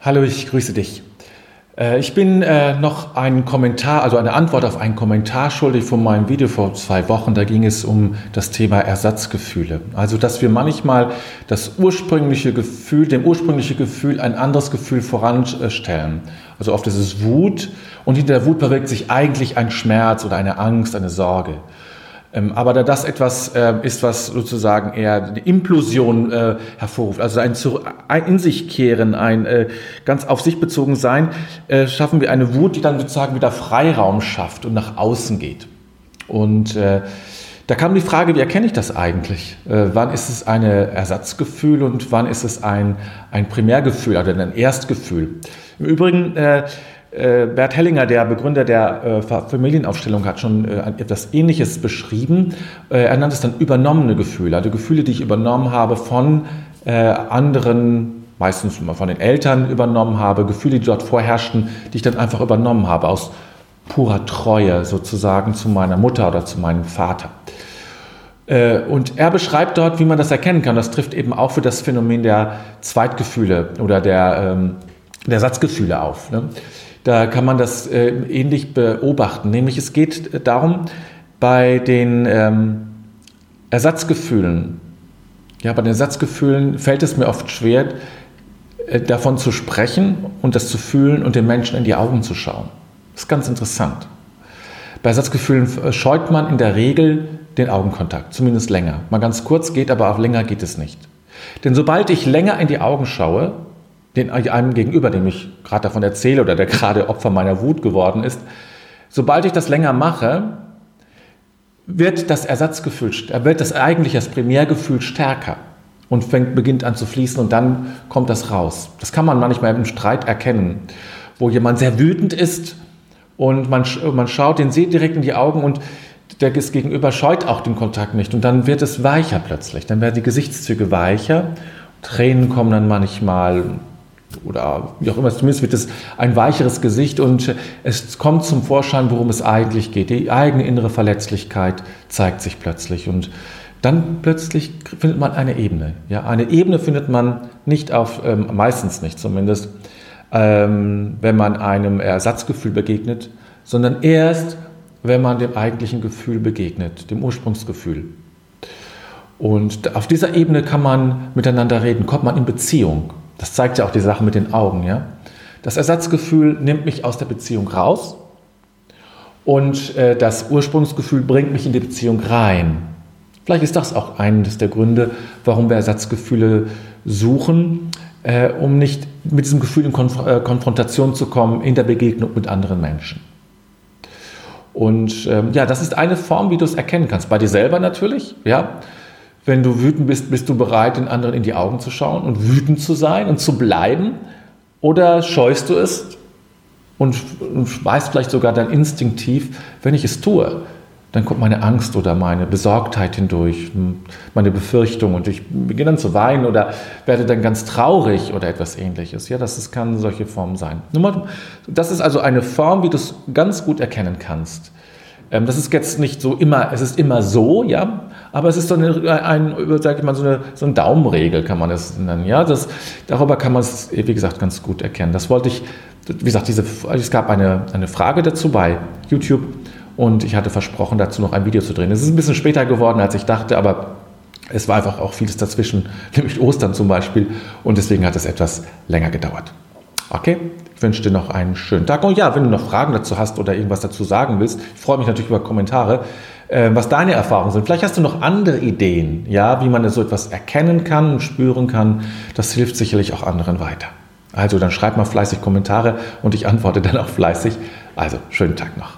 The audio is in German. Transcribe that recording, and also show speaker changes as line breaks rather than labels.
Hallo, ich grüße dich. Ich bin noch einen Kommentar, also eine Antwort auf einen Kommentar schuldig von meinem Video vor 2 Wochen. Da ging es um das Thema Ersatzgefühle. Also, dass wir manchmal dem ursprünglichen Gefühl ein anderes Gefühl voranstellen. Also oft ist es Wut und hinter der Wut verbirgt sich eigentlich ein Schmerz oder eine Angst, eine Sorge. Aber da das etwas ist, was sozusagen eher eine Implosion hervorruft, also ein in sich kehren, ein ganz auf sich bezogen sein, schaffen wir eine Wut, die dann sozusagen wieder Freiraum schafft und nach außen geht. Und da kam die Frage, wie erkenne ich das eigentlich? Wann ist es ein Ersatzgefühl und wann ist es ein Primärgefühl, also ein Erstgefühl? Im Übrigen, Bert Hellinger, der Begründer der Familienaufstellung, hat schon etwas Ähnliches beschrieben. Er nannte es dann übernommene Gefühle, also Gefühle, die ich übernommen habe von anderen, meistens von den Eltern übernommen habe, Gefühle, die dort vorherrschten, die ich dann einfach übernommen habe, aus purer Treue sozusagen zu meiner Mutter oder zu meinem Vater. Und er beschreibt dort, wie man das erkennen kann. Das trifft eben auch für das Phänomen der Zweitgefühle oder der Ersatzgefühle auf, ne? Da kann man das ähnlich beobachten. Nämlich es geht darum, bei den Ersatzgefühlen, fällt es mir oft schwer, davon zu sprechen und das zu fühlen und den Menschen in die Augen zu schauen. Das ist ganz interessant. Bei Ersatzgefühlen scheut man in der Regel den Augenkontakt, zumindest länger. Mal ganz kurz geht, aber auch länger geht es nicht. Denn sobald ich länger in die Augen schaue, einem gegenüber, dem ich gerade davon erzähle oder der gerade Opfer meiner Wut geworden ist, sobald ich das länger mache, wird das Ersatzgefühl, wird das Primärgefühl stärker und beginnt an zu fließen und dann kommt das raus. Das kann man manchmal im Streit erkennen, wo jemand sehr wütend ist und man schaut, den sieht direkt in die Augen und der Gegenüber scheut auch den Kontakt nicht und dann wird es weicher plötzlich, dann werden die Gesichtszüge weicher, Tränen kommen dann manchmal oder wie auch immer, zumindest wird es ein weicheres Gesicht und es kommt zum Vorschein, worum es eigentlich geht. Die eigene innere Verletzlichkeit zeigt sich plötzlich und dann plötzlich findet man eine Ebene. Ja, eine Ebene findet man nicht meistens nicht zumindest, wenn man einem Ersatzgefühl begegnet, sondern erst, wenn man dem eigentlichen Gefühl begegnet, dem Ursprungsgefühl. Und auf dieser Ebene kann man miteinander reden, kommt man in Beziehung. Das zeigt ja auch die Sache mit den Augen. Ja? Das Ersatzgefühl nimmt mich aus der Beziehung raus und das Ursprungsgefühl bringt mich in die Beziehung rein. Vielleicht ist das auch eines der Gründe, warum wir Ersatzgefühle suchen, um nicht mit diesem Gefühl in Konfrontation zu kommen in der Begegnung mit anderen Menschen. Und das ist eine Form, wie du es erkennen kannst. Bei dir selber natürlich, ja. Wenn du wütend bist, bist du bereit, den anderen in die Augen zu schauen und wütend zu sein und zu bleiben? Oder scheust du es und weißt vielleicht sogar dann instinktiv, wenn ich es tue, dann kommt meine Angst oder meine Besorgtheit hindurch, meine Befürchtung und ich beginne dann zu weinen oder werde dann ganz traurig oder etwas Ähnliches. Ja, kann solche Formen sein. Das ist also eine Form, wie du es ganz gut erkennen kannst. Das ist jetzt nicht so immer, es ist immer so, ja, aber es ist so eine Daumenregel, kann man es nennen, ja. Darüber kann man es, wie gesagt, ganz gut erkennen. Das wollte ich, wie gesagt, es gab eine Frage dazu bei YouTube und ich hatte versprochen, dazu noch ein Video zu drehen. Es ist ein bisschen später geworden, als ich dachte, aber es war einfach auch vieles dazwischen, nämlich Ostern zum Beispiel und deswegen hat es etwas länger gedauert. Okay, ich wünsche dir noch einen schönen Tag. Und ja, wenn du noch Fragen dazu hast oder irgendwas dazu sagen willst, ich freue mich natürlich über Kommentare, was deine Erfahrungen sind. Vielleicht hast du noch andere Ideen, ja, wie man so etwas erkennen kann und spüren kann. Das hilft sicherlich auch anderen weiter. Also dann schreib mal fleißig Kommentare und ich antworte dann auch fleißig. Also schönen Tag noch.